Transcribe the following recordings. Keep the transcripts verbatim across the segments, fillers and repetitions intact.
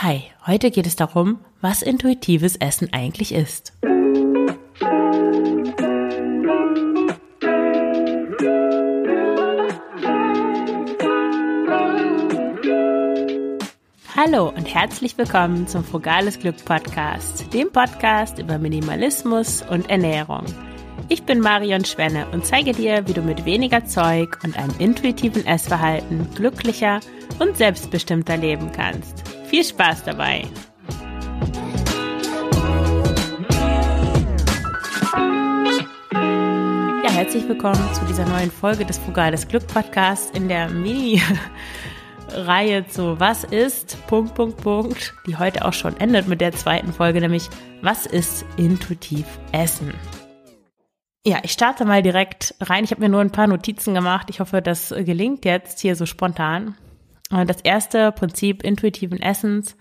Hi, heute geht es darum, was intuitives Essen eigentlich ist. Hallo und herzlich willkommen zum Frugales Glück Podcast, dem Podcast über Minimalismus und Ernährung. Ich bin Marion Schwenne und zeige dir, wie du mit weniger Zeug und einem intuitiven Essverhalten glücklicher und selbstbestimmter leben kannst. Viel Spaß dabei! Ja, herzlich willkommen zu dieser neuen Folge des Frugales Glück Podcasts in der Mini-Reihe zu Was ist, Punkt, Punkt, Punkt, die heute auch schon endet mit der zweiten Folge, nämlich Was ist intuitiv Essen? Ja, ich starte mal direkt rein. Ich habe mir nur ein paar Notizen gemacht. Ich hoffe, das gelingt jetzt hier so spontan. Das erste Prinzip intuitiven Essens.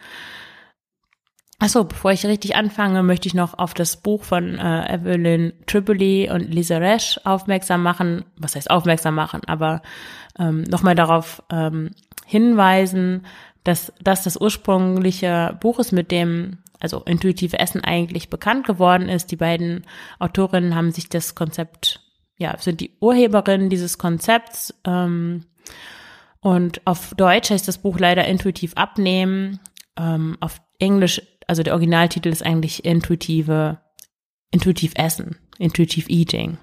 Achso, bevor ich richtig anfange, möchte ich noch auf das Buch von äh, Evelyn Tribole und Lisa Resch aufmerksam machen. Was heißt aufmerksam machen? Aber ähm, nochmal darauf ähm, hinweisen, dass das das ursprüngliche Buch ist, mit dem also intuitive Essen eigentlich bekannt geworden ist. Die beiden Autorinnen haben sich das Konzept, ja, sind die Urheberinnen dieses Konzepts. Ähm, und auf Deutsch heißt das Buch leider Intuitiv abnehmen. Ähm, auf Englisch, also der Originaltitel ist eigentlich intuitive, intuitiv Essen, Intuitive Eating.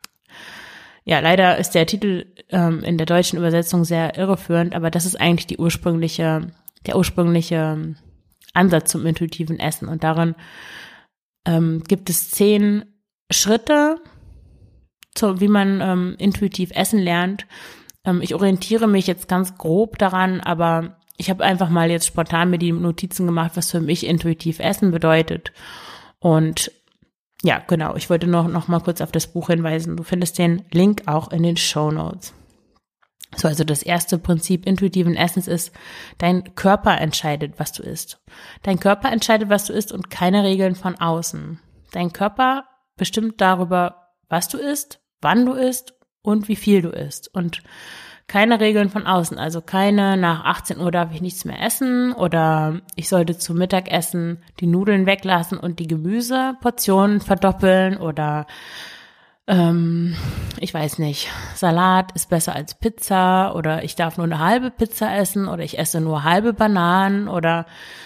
Ja, leider ist der Titel ähm, in der deutschen Übersetzung sehr irreführend, aber das ist eigentlich die ursprüngliche, der ursprüngliche Ansatz zum intuitiven Essen. Und darin ähm, gibt es zehn Schritte, zu, wie man ähm, intuitiv essen lernt. Ähm, ich orientiere mich jetzt ganz grob daran, aber ich habe einfach mal jetzt spontan mir die Notizen gemacht, was für mich intuitiv Essen bedeutet. Und ja, genau, ich wollte noch, noch mal kurz auf das Buch hinweisen. Du findest den Link auch in den Shownotes. So, also das erste Prinzip intuitiven Essens ist, dein Körper entscheidet, was du isst. Dein Körper entscheidet, was du isst und keine Regeln von außen. Dein Körper bestimmt darüber, was du isst, wann du isst und wie viel du isst. Und keine Regeln von außen, also keine nach achtzehn Uhr darf ich nichts mehr essen oder ich sollte zum Mittagessen die Nudeln weglassen und die Gemüseportionen verdoppeln oder ähm, ich weiß nicht, Salat ist besser als Pizza oder ich darf nur eine halbe Pizza essen oder ich esse nur halbe Bananen oder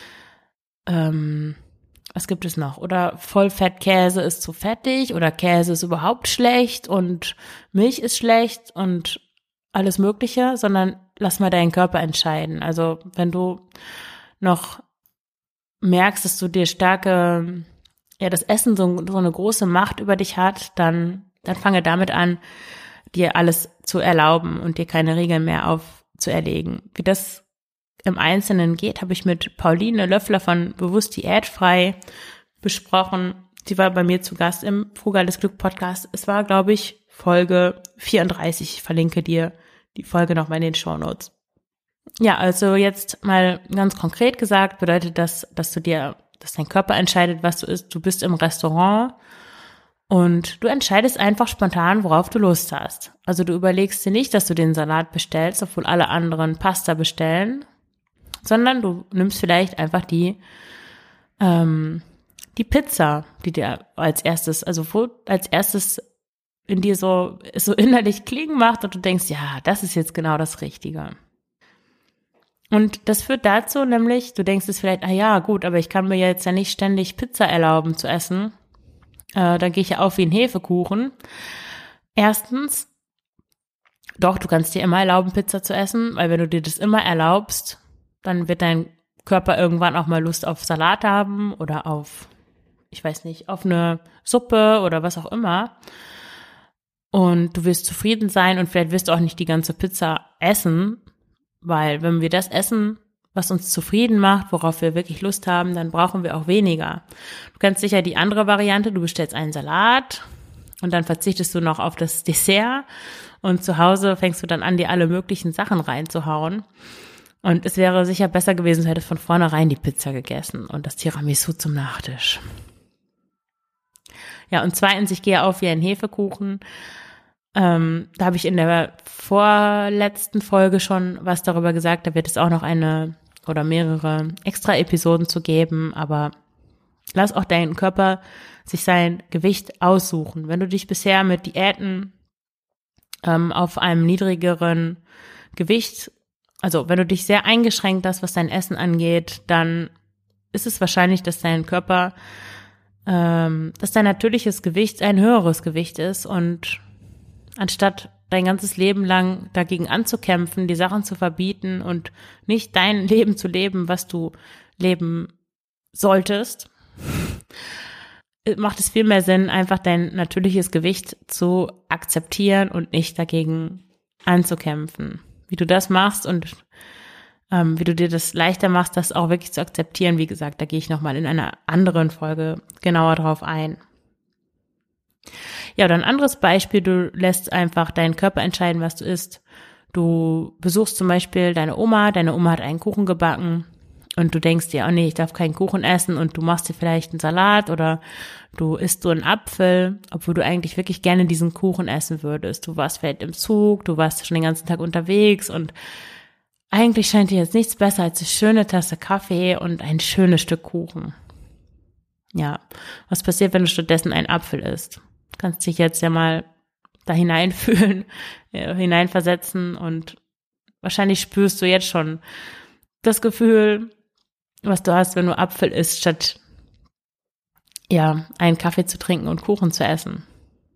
ähm, was gibt es noch? Oder Vollfettkäse ist zu fettig oder Käse ist überhaupt schlecht und Milch ist schlecht und alles Mögliche, sondern lass mal deinen Körper entscheiden. Also wenn du noch merkst, dass du dir starke, ja, das Essen so, so eine große Macht über dich hat, dann dann fange damit an, dir alles zu erlauben und dir keine Regeln mehr aufzuerlegen. Wie das im Einzelnen geht, habe ich mit Pauline Löffler von Bewusst Diätfrei besprochen. Sie war bei mir zu Gast im Frugales Glück Podcast. Es war, glaube ich, Folge vierunddreißig. Ich verlinke dir die Folge nochmal in den Shownotes. Ja, also jetzt mal ganz konkret gesagt, bedeutet das, dass du dir, dass dein Körper entscheidet, was du isst. Du bist im Restaurant und du entscheidest einfach spontan, worauf du Lust hast. Also du überlegst dir nicht, dass du den Salat bestellst, obwohl alle anderen Pasta bestellen, sondern du nimmst vielleicht einfach die ähm, die Pizza, die dir als erstes, also wo als erstes in dir so so innerlich klingen macht und du denkst, ja, das ist jetzt genau das Richtige. Und das führt dazu nämlich, du denkst es vielleicht, ah ja, gut, aber ich kann mir jetzt ja nicht ständig Pizza erlauben zu essen. Äh, dann gehe ich ja auf wie ein Hefekuchen. Erstens, doch, du kannst dir immer erlauben, Pizza zu essen, weil wenn du dir das immer erlaubst, dann wird dein Körper irgendwann auch mal Lust auf Salat haben oder auf, ich weiß nicht, auf eine Suppe oder was auch immer. Und du wirst zufrieden sein und vielleicht wirst du auch nicht die ganze Pizza essen, weil wenn wir das essen, was uns zufrieden macht, worauf wir wirklich Lust haben, dann brauchen wir auch weniger. Du kannst sicher die andere Variante, du bestellst einen Salat und dann verzichtest du noch auf das Dessert und zu Hause fängst du dann an, dir alle möglichen Sachen reinzuhauen. Und es wäre sicher besser gewesen, du hättest von vornherein die Pizza gegessen und das Tiramisu zum Nachtisch. Ja, und zweitens, ich gehe auf wie ein Hefekuchen. Ähm, da habe ich in der vorletzten Folge schon was darüber gesagt. Da wird es auch noch eine oder mehrere extra Episoden zu geben, aber lass auch deinen Körper sich sein Gewicht aussuchen. Wenn du dich bisher mit Diäten ähm, auf einem niedrigeren Gewicht, also wenn du dich sehr eingeschränkt hast, was dein Essen angeht, dann ist es wahrscheinlich, dass dein Körper, ähm, dass dein natürliches Gewicht ein höheres Gewicht ist und anstatt dein ganzes Leben lang dagegen anzukämpfen, die Sachen zu verbieten und nicht dein Leben zu leben, was du leben solltest, macht es viel mehr Sinn, einfach dein natürliches Gewicht zu akzeptieren und nicht dagegen anzukämpfen. Wie du das machst und ähm, wie du dir das leichter machst, das auch wirklich zu akzeptieren, wie gesagt, da gehe ich nochmal in einer anderen Folge genauer drauf ein. Ja, oder ein anderes Beispiel, du lässt einfach deinen Körper entscheiden, was du isst. Du besuchst zum Beispiel deine Oma, deine Oma hat einen Kuchen gebacken und du denkst dir, oh nee, ich darf keinen Kuchen essen und du machst dir vielleicht einen Salat oder du isst so einen Apfel, obwohl du eigentlich wirklich gerne diesen Kuchen essen würdest. Du warst vielleicht im Zug, du warst schon den ganzen Tag unterwegs und eigentlich scheint dir jetzt nichts besser als eine schöne Tasse Kaffee und ein schönes Stück Kuchen. Ja, was passiert, wenn du stattdessen einen Apfel isst? Du kannst dich jetzt ja mal da hineinfühlen, äh, hineinversetzen und wahrscheinlich spürst du jetzt schon das Gefühl, was du hast, wenn du Apfel isst, statt ja, einen Kaffee zu trinken und Kuchen zu essen.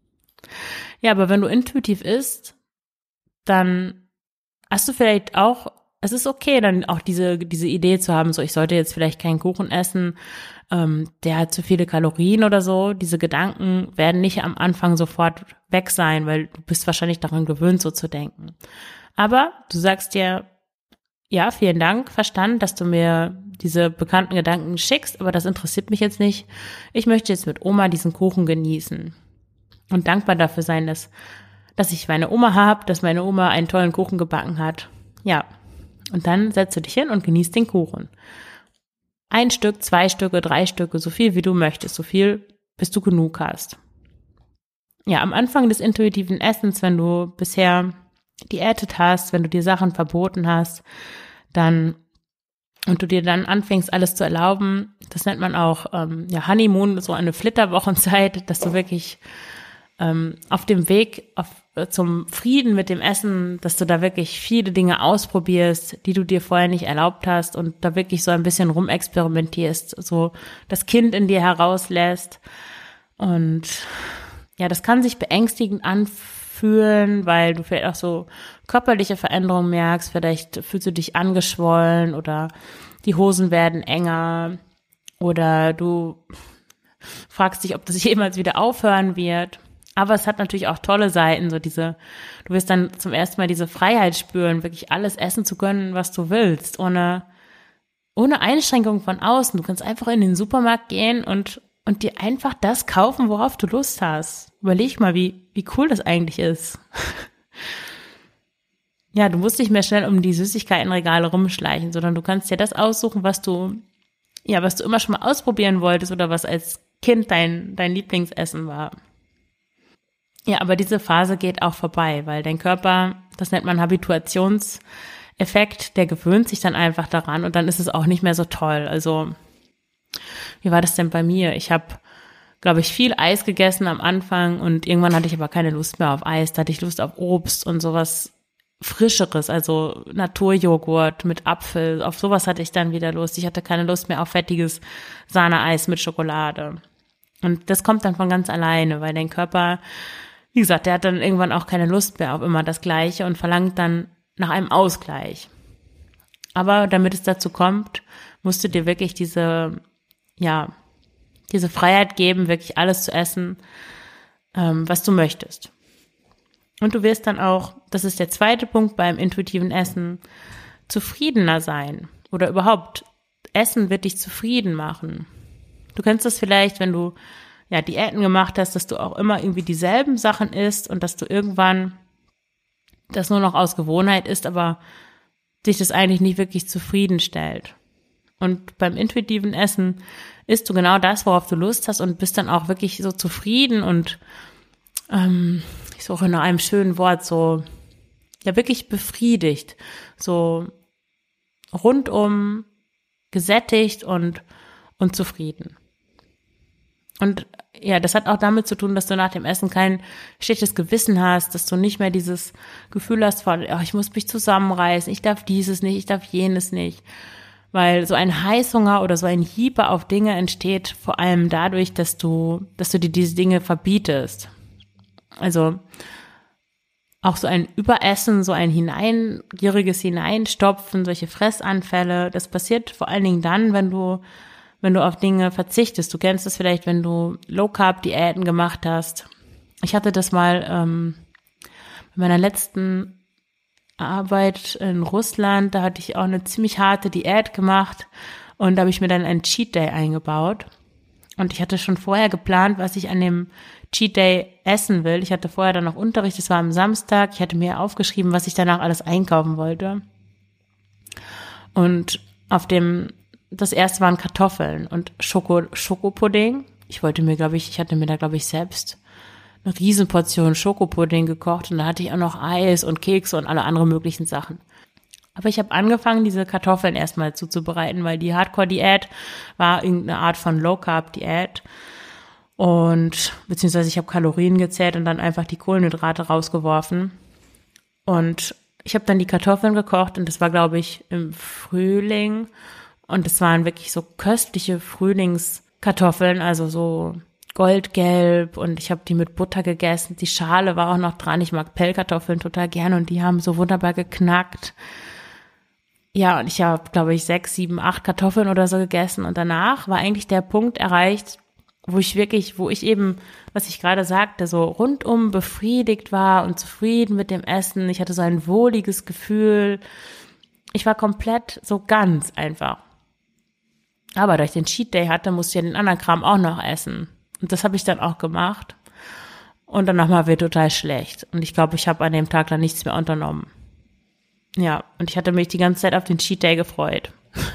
Ja, aber wenn du intuitiv isst, dann hast du vielleicht auch, es ist okay, dann auch diese diese Idee zu haben, so ich sollte jetzt vielleicht keinen Kuchen essen, ähm, der hat zu viele Kalorien oder so. Diese Gedanken werden nicht am Anfang sofort weg sein, weil du bist wahrscheinlich daran gewöhnt, so zu denken. Aber du sagst dir, ja, vielen Dank, verstanden, dass du mir diese bekannten Gedanken schickst, aber das interessiert mich jetzt nicht. Ich möchte jetzt mit Oma diesen Kuchen genießen und dankbar dafür sein, dass, dass ich meine Oma habe, dass meine Oma einen tollen Kuchen gebacken hat. Ja, und dann setzt du dich hin und genießt den Kuchen. Ein Stück, zwei Stücke, drei Stücke, so viel wie du möchtest, so viel, bis du genug hast. Ja, am Anfang des intuitiven Essens, wenn du bisher diätet hast, wenn du dir Sachen verboten hast, dann und du dir dann anfängst, alles zu erlauben, das nennt man auch ähm, ja Honeymoon, so eine Flitterwochenzeit, dass du wirklich ähm, auf dem Weg auf, äh, zum Frieden mit dem Essen, dass du da wirklich viele Dinge ausprobierst, die du dir vorher nicht erlaubt hast und da wirklich so ein bisschen rumexperimentierst, so das Kind in dir herauslässt. Und ja, das kann sich beängstigend anfühlen, weil du vielleicht auch so körperliche Veränderungen merkst, vielleicht fühlst du dich angeschwollen oder die Hosen werden enger oder du fragst dich, ob das jemals wieder aufhören wird. Aber es hat natürlich auch tolle Seiten, so diese, du wirst dann zum ersten Mal diese Freiheit spüren, wirklich alles essen zu können, was du willst, ohne, ohne Einschränkung von außen. Du kannst einfach in den Supermarkt gehen und, und dir einfach das kaufen, worauf du Lust hast. Überleg mal, wie, wie cool das eigentlich ist. Ja, du musst nicht mehr schnell um die Süßigkeitenregale rumschleichen, sondern du kannst dir das aussuchen, was du, ja, was du immer schon mal ausprobieren wolltest oder was als Kind dein, dein Lieblingsessen war. Ja, aber diese Phase geht auch vorbei, weil dein Körper, das nennt man Habituationseffekt, der gewöhnt sich dann einfach daran und dann ist es auch nicht mehr so toll. Also, wie war das denn bei mir? Ich habe, glaube ich, viel Eis gegessen am Anfang und irgendwann hatte ich aber keine Lust mehr auf Eis. Da hatte ich Lust auf Obst und sowas Frischeres, also Naturjoghurt mit Apfel. Auf sowas hatte ich dann wieder Lust. Ich hatte keine Lust mehr auf fettiges Sahneeis mit Schokolade. Und das kommt dann von ganz alleine, weil dein Körper, wie gesagt, der hat dann irgendwann auch keine Lust mehr auf immer das Gleiche und verlangt dann nach einem Ausgleich. Aber damit es dazu kommt, musst du dir wirklich diese, ja, diese Freiheit geben, wirklich alles zu essen, ähm, was du möchtest. Und du wirst dann auch, das ist der zweite Punkt beim intuitiven Essen, zufriedener sein. Oder überhaupt, Essen wird dich zufrieden machen. Du kennst das vielleicht, wenn du ja Diäten gemacht hast, dass du auch immer irgendwie dieselben Sachen isst und dass du irgendwann das nur noch aus Gewohnheit isst, aber dich das eigentlich nicht wirklich zufriedenstellt. Und beim intuitiven Essen isst du genau das, worauf du Lust hast und bist dann auch wirklich so zufrieden und ähm, ich suche nach einem schönen Wort, so ja wirklich befriedigt. So rundum gesättigt und, und zufrieden. Und ja, das hat auch damit zu tun, dass du nach dem Essen kein schlechtes Gewissen hast, dass du nicht mehr dieses Gefühl hast von, oh, ich muss mich zusammenreißen, ich darf dieses nicht, ich darf jenes nicht. Weil so ein Heißhunger oder so ein Hieber auf Dinge entsteht vor allem dadurch, dass du, dass du dir diese Dinge verbietest. Also auch so ein Überessen, so ein hineingieriges Hineinstopfen, solche Fressanfälle, das passiert vor allen Dingen dann, wenn du, wenn du auf Dinge verzichtest. Du kennst das vielleicht, wenn du Low-Carb-Diäten gemacht hast. Ich hatte das mal ähm, bei meiner letzten Arbeit in Russland, da hatte ich auch eine ziemlich harte Diät gemacht und da habe ich mir dann einen Cheat Day eingebaut. Und ich hatte schon vorher geplant, was ich an dem Cheat Day essen will. Ich hatte vorher dann noch Unterricht, das war am Samstag. Ich hatte mir aufgeschrieben, was ich danach alles einkaufen wollte. Und auf dem, das erste waren Kartoffeln und Schoko, Schokopudding. Ich wollte mir, glaube ich, ich hatte mir da, glaube ich, selbst eine Riesenportion Schokopudding gekocht und da hatte ich auch noch Eis und Kekse und alle anderen möglichen Sachen. Aber ich habe angefangen, diese Kartoffeln erstmal zuzubereiten, weil die Hardcore-Diät war irgendeine Art von Low-Carb-Diät und beziehungsweise ich habe Kalorien gezählt und dann einfach die Kohlenhydrate rausgeworfen und ich habe dann die Kartoffeln gekocht und das war, glaube ich, im Frühling und es waren wirklich so köstliche Frühlingskartoffeln, also so goldgelb und ich habe die mit Butter gegessen. Die Schale war auch noch dran. Ich mag Pellkartoffeln total gerne und die haben so wunderbar geknackt. Ja, und ich habe, glaube ich, sechs, sieben, acht Kartoffeln oder so gegessen und danach war eigentlich der Punkt erreicht, wo ich wirklich, wo ich eben, was ich gerade sagte, so rundum befriedigt war und zufrieden mit dem Essen. Ich hatte so ein wohliges Gefühl. Ich war komplett so ganz einfach. Aber da ich den Cheat Day hatte, musste ich ja den anderen Kram auch noch essen. Und das habe ich dann auch gemacht. Und danach war mir total schlecht. Und ich glaube, ich habe an dem Tag dann nichts mehr unternommen. Ja, und ich hatte mich die ganze Zeit auf den Cheat Day gefreut.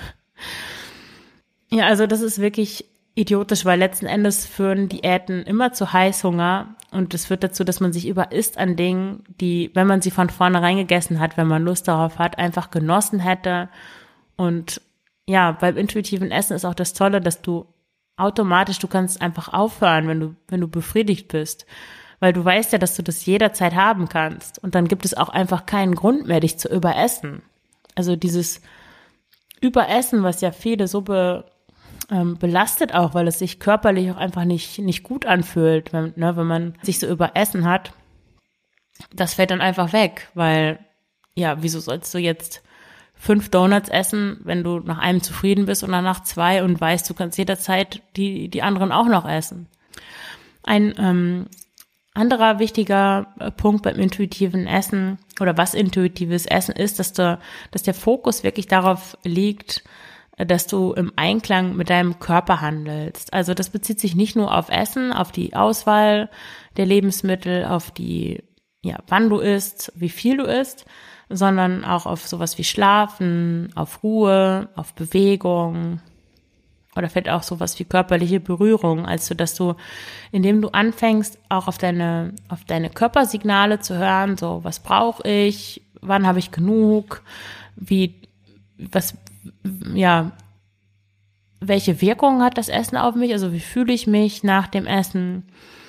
Ja, also das ist wirklich idiotisch, weil letzten Endes führen Diäten immer zu Heißhunger. Und das führt dazu, dass man sich überisst an Dingen, die, wenn man sie von vornherein gegessen hat, wenn man Lust darauf hat, einfach genossen hätte. Und ja, beim intuitiven Essen ist auch das Tolle, dass du automatisch, du kannst einfach aufhören, wenn du, wenn du befriedigt bist, weil du weißt ja, dass du das jederzeit haben kannst und dann gibt es auch einfach keinen Grund mehr, dich zu überessen. Also dieses Überessen, was ja viele so be, ähm, belastet auch, weil es sich körperlich auch einfach nicht, nicht gut anfühlt, wenn, ne, wenn man sich so überessen hat, das fällt dann einfach weg, weil, ja, wieso sollst du jetzt fünf Donuts essen, wenn du nach einem zufrieden bist und dann nach zwei und weißt, du kannst jederzeit die die anderen auch noch essen. Ein ähm, anderer wichtiger Punkt beim intuitiven Essen oder was intuitives Essen ist, dass du, dass der Fokus wirklich darauf liegt, dass du im Einklang mit deinem Körper handelst. Also das bezieht sich nicht nur auf Essen, auf die Auswahl der Lebensmittel, auf die, ja, wann du isst, wie viel du isst, sondern auch auf sowas wie Schlafen, auf Ruhe, auf Bewegung oder vielleicht auch sowas wie körperliche Berührung, also dass du, indem du anfängst, auch auf deine, auf deine Körpersignale zu hören, so was brauche ich, wann habe ich genug, wie, was, ja, welche Wirkung hat das Essen auf mich, also wie fühle ich mich nach dem Essen,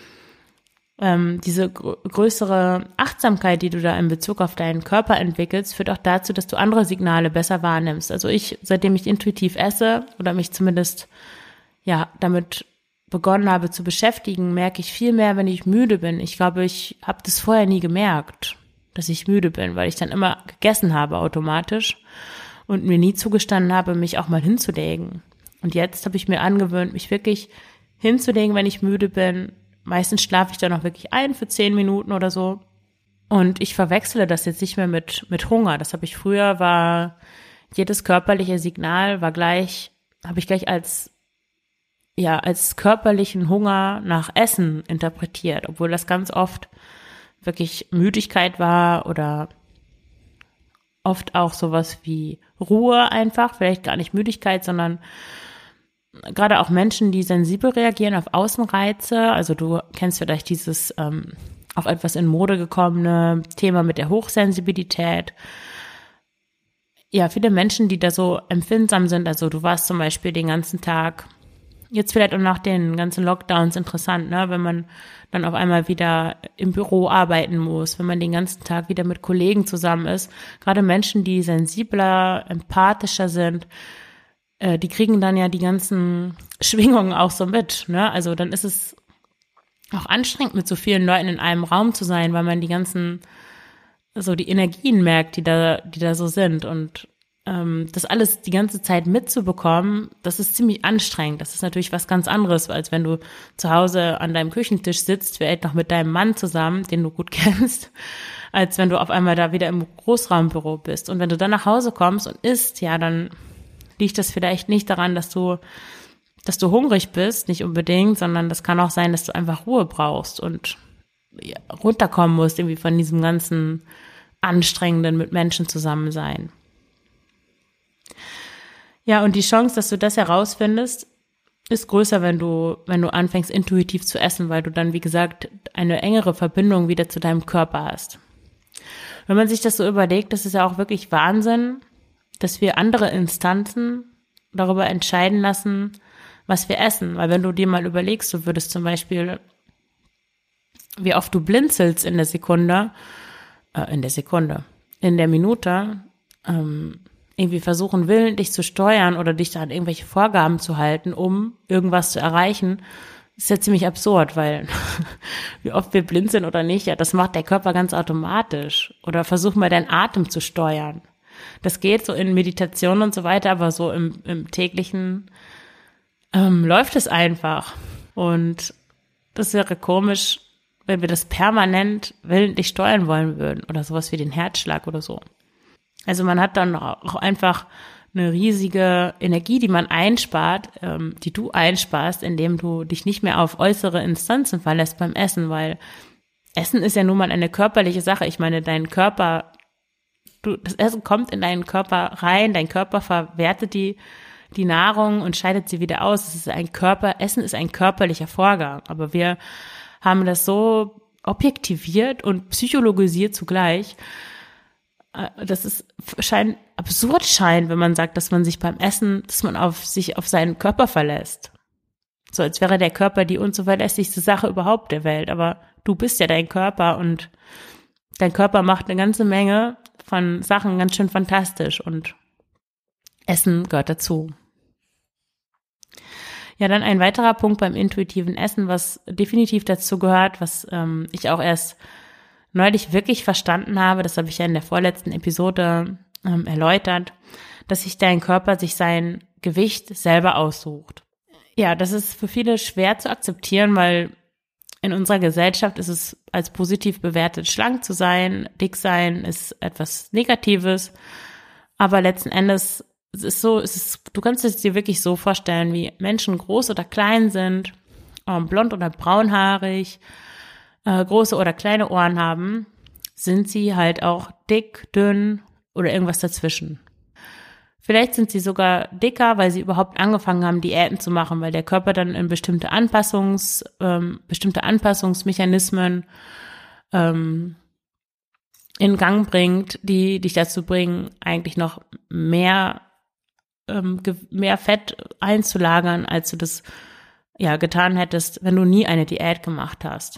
Ähm, diese gr- größere Achtsamkeit, die du da in Bezug auf deinen Körper entwickelst, führt auch dazu, dass du andere Signale besser wahrnimmst. Also ich, seitdem ich intuitiv esse oder mich zumindest ja damit begonnen habe zu beschäftigen, merke ich viel mehr, wenn ich müde bin. Ich glaube, ich habe das vorher nie gemerkt, dass ich müde bin, weil ich dann immer gegessen habe automatisch und mir nie zugestanden habe, mich auch mal hinzulegen. Und jetzt habe ich mir angewöhnt, mich wirklich hinzulegen, wenn ich müde bin. Meistens schlafe ich dann auch wirklich ein für zehn Minuten oder so. Und ich verwechsele das jetzt nicht mehr mit, mit Hunger. Das habe ich früher, war jedes körperliche Signal war gleich, habe ich gleich als, ja, als körperlichen Hunger nach Essen interpretiert, obwohl das ganz oft wirklich Müdigkeit war oder oft auch sowas wie Ruhe einfach, vielleicht gar nicht Müdigkeit, sondern gerade auch Menschen, die sensibel reagieren auf Außenreize, also du kennst vielleicht dieses ähm, auf etwas in Mode gekommene Thema mit der Hochsensibilität. ja, viele Menschen, die da so empfindsam sind, also du warst zum Beispiel den ganzen Tag, jetzt vielleicht auch nach den ganzen Lockdowns interessant, ne, wenn man dann auf einmal wieder im Büro arbeiten muss, wenn man den ganzen Tag wieder mit Kollegen zusammen ist. Gerade Menschen, die sensibler, empathischer sind, äh, die kriegen dann ja die ganzen Schwingungen auch so mit, ne, also dann ist es auch anstrengend, mit so vielen Leuten in einem Raum zu sein, weil man die ganzen, so die Energien merkt, die da, die da so sind. Und ähm, das alles die ganze Zeit mitzubekommen, das ist ziemlich anstrengend. Das ist natürlich was ganz anderes, als wenn du zu Hause an deinem Küchentisch sitzt, vielleicht noch mit deinem Mann zusammen, den du gut kennst, als wenn du auf einmal da wieder im Großraumbüro bist. Und wenn du dann nach Hause kommst und isst, ja, dann liegt das vielleicht nicht daran, dass du dass du hungrig bist, nicht unbedingt, sondern das kann auch sein, dass du einfach Ruhe brauchst und ja, runterkommen musst irgendwie von diesem ganzen anstrengenden mit Menschen zusammen sein. Ja, und die Chance, dass du das herausfindest, ist größer, wenn du, wenn du anfängst, intuitiv zu essen, weil du dann, wie gesagt, eine engere Verbindung wieder zu deinem Körper hast. Wenn man sich das so überlegt, das ist ja auch wirklich Wahnsinn, dass wir andere Instanzen darüber entscheiden lassen, was wir essen. Weil wenn du dir mal überlegst, du würdest zum Beispiel, wie oft du blinzelst in der Sekunde, äh, in der Sekunde, in der Minute, ähm, irgendwie versuchen will, dich zu steuern oder dich da an irgendwelche Vorgaben zu halten, um irgendwas zu erreichen, ist ja ziemlich absurd, weil wie oft wir blind sind oder nicht, ja, das macht der Körper ganz automatisch. Oder versuch mal deinen Atem zu steuern. Das geht so in Meditation und so weiter, aber so im, im täglichen ähm, läuft es einfach. Und das wäre komisch, wenn wir das permanent willentlich steuern wollen würden oder sowas wie den Herzschlag oder so. Also man hat dann auch einfach eine riesige Energie, die man einspart, ähm, die du einsparst, indem du dich nicht mehr auf äußere Instanzen verlässt beim Essen, weil Essen ist ja nun mal eine körperliche Sache. Ich meine, dein Körper, du, das Essen kommt in deinen Körper rein, dein Körper verwertet die die Nahrung und scheidet sie wieder aus. Es ist ein Körper, Essen ist ein körperlicher Vorgang, aber wir haben das so objektiviert und psychologisiert zugleich, dass es scheint, absurd scheint, wenn man sagt, dass man sich beim Essen, dass man auf sich auf seinen Körper verlässt. So als wäre der Körper die unzuverlässigste Sache überhaupt der Welt, aber du bist ja dein Körper und dein Körper macht eine ganze Menge von Sachen ganz schön fantastisch und Essen gehört dazu. Ja, dann ein weiterer Punkt beim intuitiven Essen, was definitiv dazu gehört, was ähm, ich auch erst neulich wirklich verstanden habe, das habe ich ja in der vorletzten Episode ähm, erläutert, dass sich dein Körper sich sein Gewicht selber aussucht. Ja, das ist für viele schwer zu akzeptieren, weil in unserer Gesellschaft ist es als positiv bewertet, schlank zu sein, dick sein ist etwas Negatives, aber letzten Endes es ist so, es ist, du kannst es dir wirklich so vorstellen, wie Menschen groß oder klein sind, ähm, blond oder braunhaarig, äh, große oder kleine Ohren haben, sind sie halt auch dick, dünn oder irgendwas dazwischen. Vielleicht sind sie sogar dicker, weil sie überhaupt angefangen haben, Diäten zu machen, weil der Körper dann in bestimmte Anpassungs, ähm, bestimmte Anpassungsmechanismen ähm, in Gang bringt, die dich dazu bringen, eigentlich noch mehr mehr Fett einzulagern, als du das ja getan hättest, wenn du nie eine Diät gemacht hast.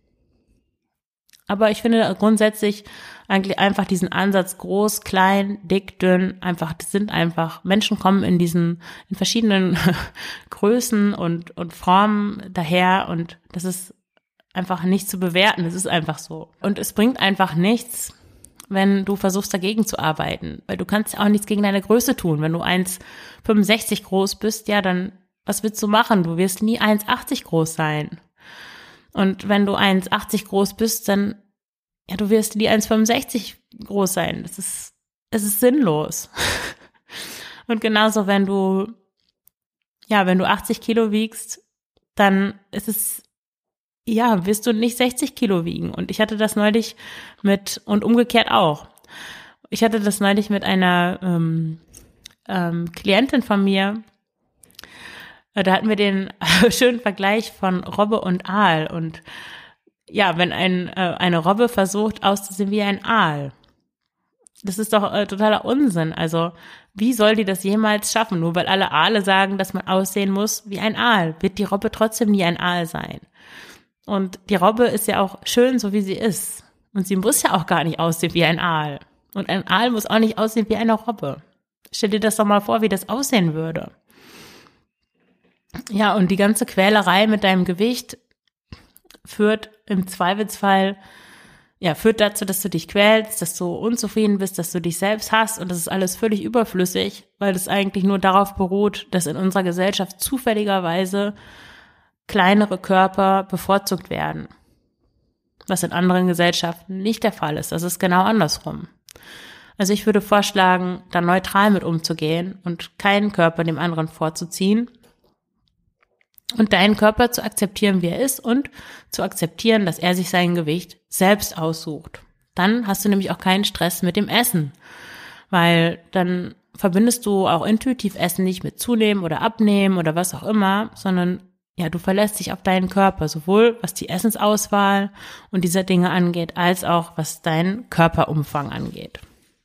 Aber ich finde grundsätzlich eigentlich einfach diesen Ansatz groß, klein, dick, dünn, einfach, das sind einfach, Menschen kommen in diesen, in verschiedenen Größen und, und Formen daher und das ist einfach nicht zu bewerten, das ist einfach so. Und es bringt einfach nichts, wenn du versuchst, dagegen zu arbeiten. Weil du kannst auch nichts gegen deine Größe tun. Wenn du eins Komma fünfundsechzig groß bist, ja, dann was willst du machen? Du wirst nie eins Komma achtzig groß sein. Und wenn du eins Komma achtzig groß bist, dann, ja, du wirst nie eins Komma fünfundsechzig groß sein. Das ist, es ist sinnlos. Und genauso, wenn du, ja, wenn du achtzig Kilo wiegst, dann ist es ja, wirst du nicht sechzig Kilo wiegen. Und ich hatte das neulich mit, und umgekehrt auch. Ich hatte das neulich mit einer ähm, ähm, Klientin von mir. Da hatten wir den schönen Vergleich von Robbe und Aal. Und ja, wenn ein, äh, eine Robbe versucht auszusehen wie ein Aal. Das ist doch äh, totaler Unsinn. Also wie soll die das jemals schaffen? Nur weil alle Aale sagen, dass man aussehen muss wie ein Aal, wird die Robbe trotzdem nie ein Aal sein. Und die Robbe ist ja auch schön, so wie sie ist. Und sie muss ja auch gar nicht aussehen wie ein Aal. Und ein Aal muss auch nicht aussehen wie eine Robbe. Stell dir das doch mal vor, wie das aussehen würde. Ja, und die ganze Quälerei mit deinem Gewicht führt im Zweifelsfall, ja, führt dazu, dass du dich quälst, dass du unzufrieden bist, dass du dich selbst hasst, und das ist alles völlig überflüssig, weil es eigentlich nur darauf beruht, dass in unserer Gesellschaft zufälligerweise kleinere Körper bevorzugt werden. Was in anderen Gesellschaften nicht der Fall ist. Das ist genau andersrum. Also ich würde vorschlagen, da neutral mit umzugehen und keinen Körper dem anderen vorzuziehen und deinen Körper zu akzeptieren, wie er ist, und zu akzeptieren, dass er sich sein Gewicht selbst aussucht. Dann hast du nämlich auch keinen Stress mit dem Essen, weil dann verbindest du auch intuitiv Essen nicht mit Zunehmen oder Abnehmen oder was auch immer, sondern ja, du verlässt dich auf deinen Körper, sowohl was die Essensauswahl und dieser Dinge angeht, als auch was deinen Körperumfang angeht.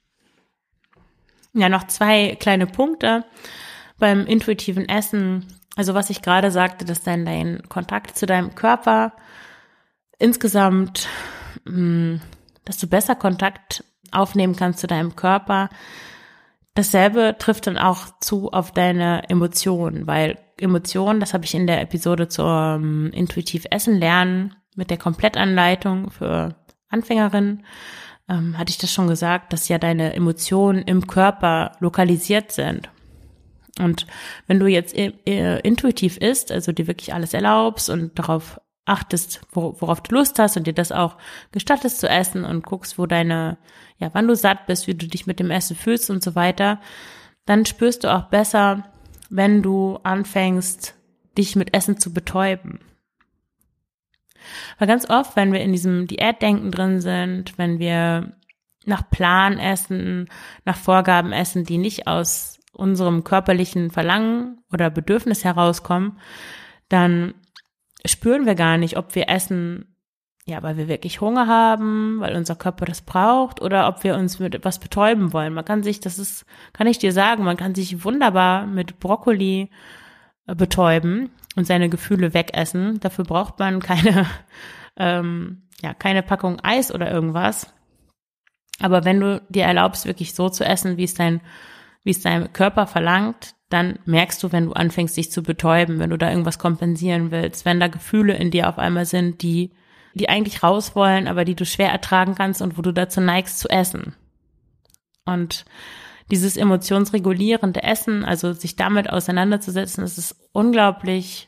Ja, noch zwei kleine Punkte beim intuitiven Essen. Also was ich gerade sagte, dass dann dein Kontakt zu deinem Körper insgesamt, dass du besser Kontakt aufnehmen kannst zu deinem Körper. Dasselbe trifft dann auch zu auf deine Emotionen, weil Emotionen, das habe ich in der Episode zum intuitiv Essen lernen mit der Komplettanleitung für Anfängerinnen, ähm, hatte ich das schon gesagt, dass ja deine Emotionen im Körper lokalisiert sind. Und wenn du jetzt äh, intuitiv isst, also dir wirklich alles erlaubst und darauf achtest, wor- worauf du Lust hast und dir das auch gestattest zu essen und guckst, wo deine, ja, wann du satt bist, wie du dich mit dem Essen fühlst und so weiter, dann spürst du auch besser, wenn du anfängst, dich mit Essen zu betäuben. Weil ganz oft, wenn wir in diesem Diätdenken drin sind, wenn wir nach Plan essen, nach Vorgaben essen, die nicht aus unserem körperlichen Verlangen oder Bedürfnis herauskommen, dann spüren wir gar nicht, ob wir essen, ja, weil wir wirklich Hunger haben, weil unser Körper das braucht, oder ob wir uns mit etwas betäuben wollen. Man kann sich, das ist, kann ich dir sagen, man kann sich wunderbar mit Brokkoli betäuben und seine Gefühle wegessen. Dafür braucht man keine, ähm, ja, keine Packung Eis oder irgendwas. Aber wenn du dir erlaubst, wirklich so zu essen, wie es dein, wie es dein Körper verlangt, dann merkst du, wenn du anfängst, dich zu betäuben, wenn du da irgendwas kompensieren willst, wenn da Gefühle in dir auf einmal sind, die, die eigentlich raus wollen, aber die du schwer ertragen kannst und wo du dazu neigst zu essen. Und dieses emotionsregulierende Essen, also sich damit auseinanderzusetzen, das ist unglaublich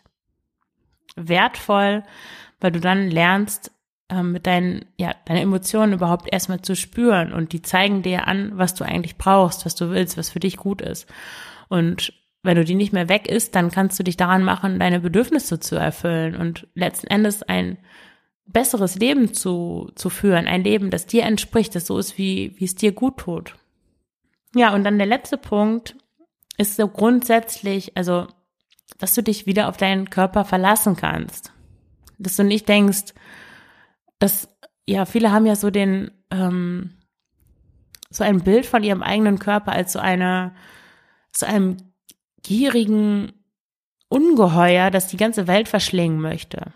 wertvoll, weil du dann lernst, äh, mit deinen, ja, deine Emotionen überhaupt erstmal zu spüren, und die zeigen dir an, was du eigentlich brauchst, was du willst, was für dich gut ist. Und wenn du die nicht mehr weg isst, dann kannst du dich daran machen, deine Bedürfnisse zu erfüllen und letzten Endes ein besseres Leben zu, zu führen, ein Leben, das dir entspricht, das so ist, wie, wie es dir gut tut. Ja, und dann der letzte Punkt ist so grundsätzlich, also, dass du dich wieder auf deinen Körper verlassen kannst. Dass du nicht denkst, dass, ja, viele haben ja so den, ähm, so ein Bild von ihrem eigenen Körper als so eine, so einem gierigen Ungeheuer, das die ganze Welt verschlingen möchte.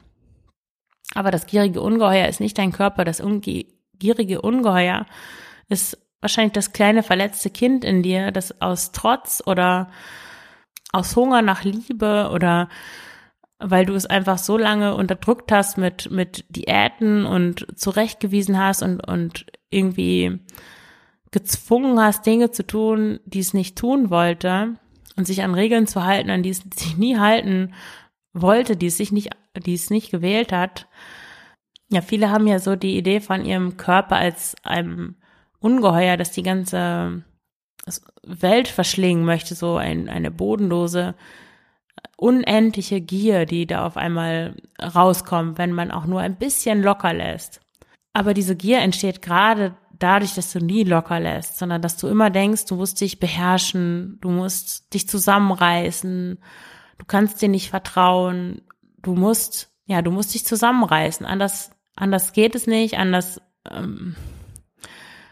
Aber das gierige Ungeheuer ist nicht dein Körper, das unge- gierige Ungeheuer ist wahrscheinlich das kleine verletzte Kind in dir, das aus Trotz oder aus Hunger nach Liebe oder weil du es einfach so lange unterdrückt hast mit mit Diäten und zurechtgewiesen hast und und irgendwie gezwungen hast, Dinge zu tun, die es nicht tun wollte, und sich an Regeln zu halten, an die es sich nie halten wollte, die es sich nicht, die es nicht gewählt hat. Ja, viele haben ja so die Idee von ihrem Körper als einem Ungeheuer, das die ganze Welt verschlingen möchte, so ein, eine bodenlose, unendliche Gier, die da auf einmal rauskommt, wenn man auch nur ein bisschen locker lässt. Aber diese Gier entsteht gerade dadurch, dass du nie locker lässt, sondern dass du immer denkst, du musst dich beherrschen, du musst dich zusammenreißen, du kannst dir nicht vertrauen, du musst, ja, du musst dich zusammenreißen, anders, anders geht es nicht, anders, ähm,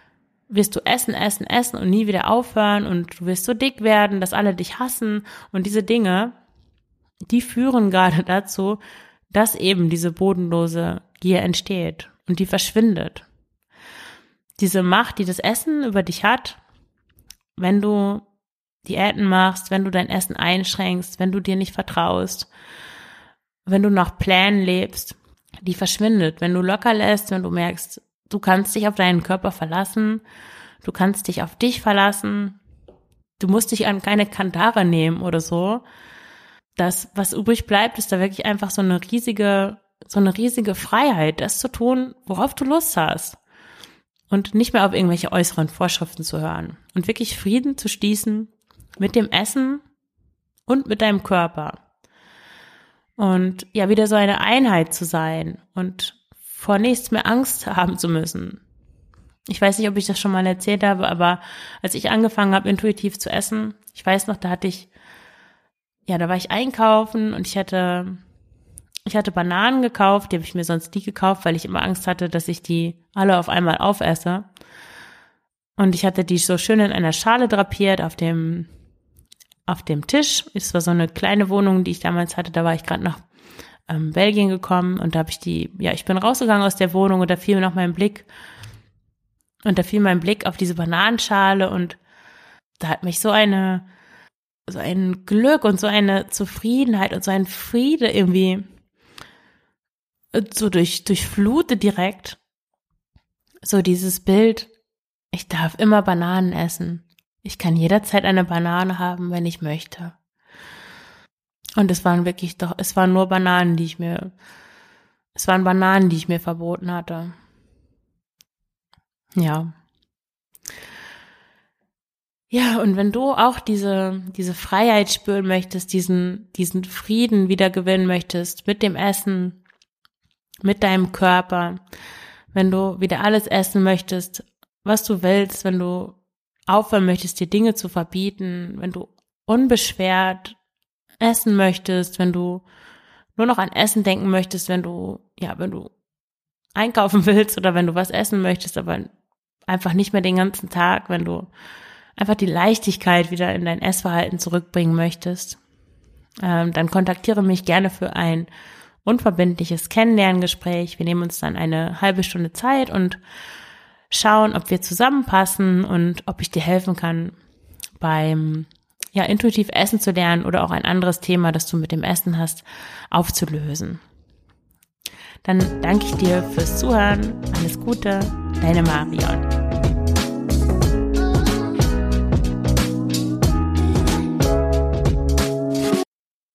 wirst du essen, essen, essen und nie wieder aufhören und du wirst so dick werden, dass alle dich hassen und diese Dinge, die führen gerade dazu, dass eben diese bodenlose Gier entsteht und die verschwindet. Diese Macht, die das Essen über dich hat, wenn du Diäten machst, wenn du dein Essen einschränkst, wenn du dir nicht vertraust, wenn du nach Plänen lebst, die verschwindet. Wenn du locker lässt, wenn du merkst, du kannst dich auf deinen Körper verlassen, du kannst dich auf dich verlassen, du musst dich an keine Kandare nehmen oder so. Das, was übrig bleibt, ist da wirklich einfach so eine riesige, so eine riesige Freiheit, das zu tun, worauf du Lust hast. Und nicht mehr auf irgendwelche äußeren Vorschriften zu hören. Und wirklich Frieden zu schließen mit dem Essen und mit deinem Körper. Und ja, wieder so eine Einheit zu sein und vor nichts mehr Angst haben zu müssen. Ich weiß nicht, ob ich das schon mal erzählt habe, aber als ich angefangen habe, intuitiv zu essen, ich weiß noch, da hatte ich, ja, da war ich einkaufen und ich hatte, ich hatte Bananen gekauft, die habe ich mir sonst nie gekauft, weil ich immer Angst hatte, dass ich die alle auf einmal aufesse. Und ich hatte die so schön in einer Schale drapiert auf dem auf dem Tisch. Es war so eine kleine Wohnung, die ich damals hatte. Da war ich gerade nach ähm, Belgien gekommen und da habe ich die, ja, ich bin rausgegangen aus der Wohnung und da fiel mir noch mein Blick und da fiel mein Blick auf diese Bananenschale und da hat mich so eine, so ein Glück und so eine Zufriedenheit und so ein Friede irgendwie so durch, durchflutet direkt. So dieses Bild, ich darf immer Bananen essen. Ich kann jederzeit eine Banane haben, wenn ich möchte. Und es waren wirklich doch, es waren nur Bananen, die ich mir, es waren Bananen, die ich mir verboten hatte. Ja. Ja, und wenn du auch diese, diese Freiheit spüren möchtest, diesen, diesen Frieden wieder gewinnen möchtest mit dem Essen, mit deinem Körper, wenn du wieder alles essen möchtest, was du willst, wenn du aufhören möchtest, dir Dinge zu verbieten, wenn du unbeschwert essen möchtest, wenn du nur noch an Essen denken möchtest, wenn du, ja, wenn du einkaufen willst oder wenn du was essen möchtest, aber einfach nicht mehr den ganzen Tag, wenn du einfach die Leichtigkeit wieder in dein Essverhalten zurückbringen möchtest, ähm, dann kontaktiere mich gerne für ein unverbindliches Kennenlerngespräch. Wir nehmen uns dann eine halbe Stunde Zeit und schauen, ob wir zusammenpassen und ob ich dir helfen kann, beim ja intuitiv Essen zu lernen oder auch ein anderes Thema, das du mit dem Essen hast, aufzulösen. Dann danke ich dir fürs Zuhören. Alles Gute, deine Marion.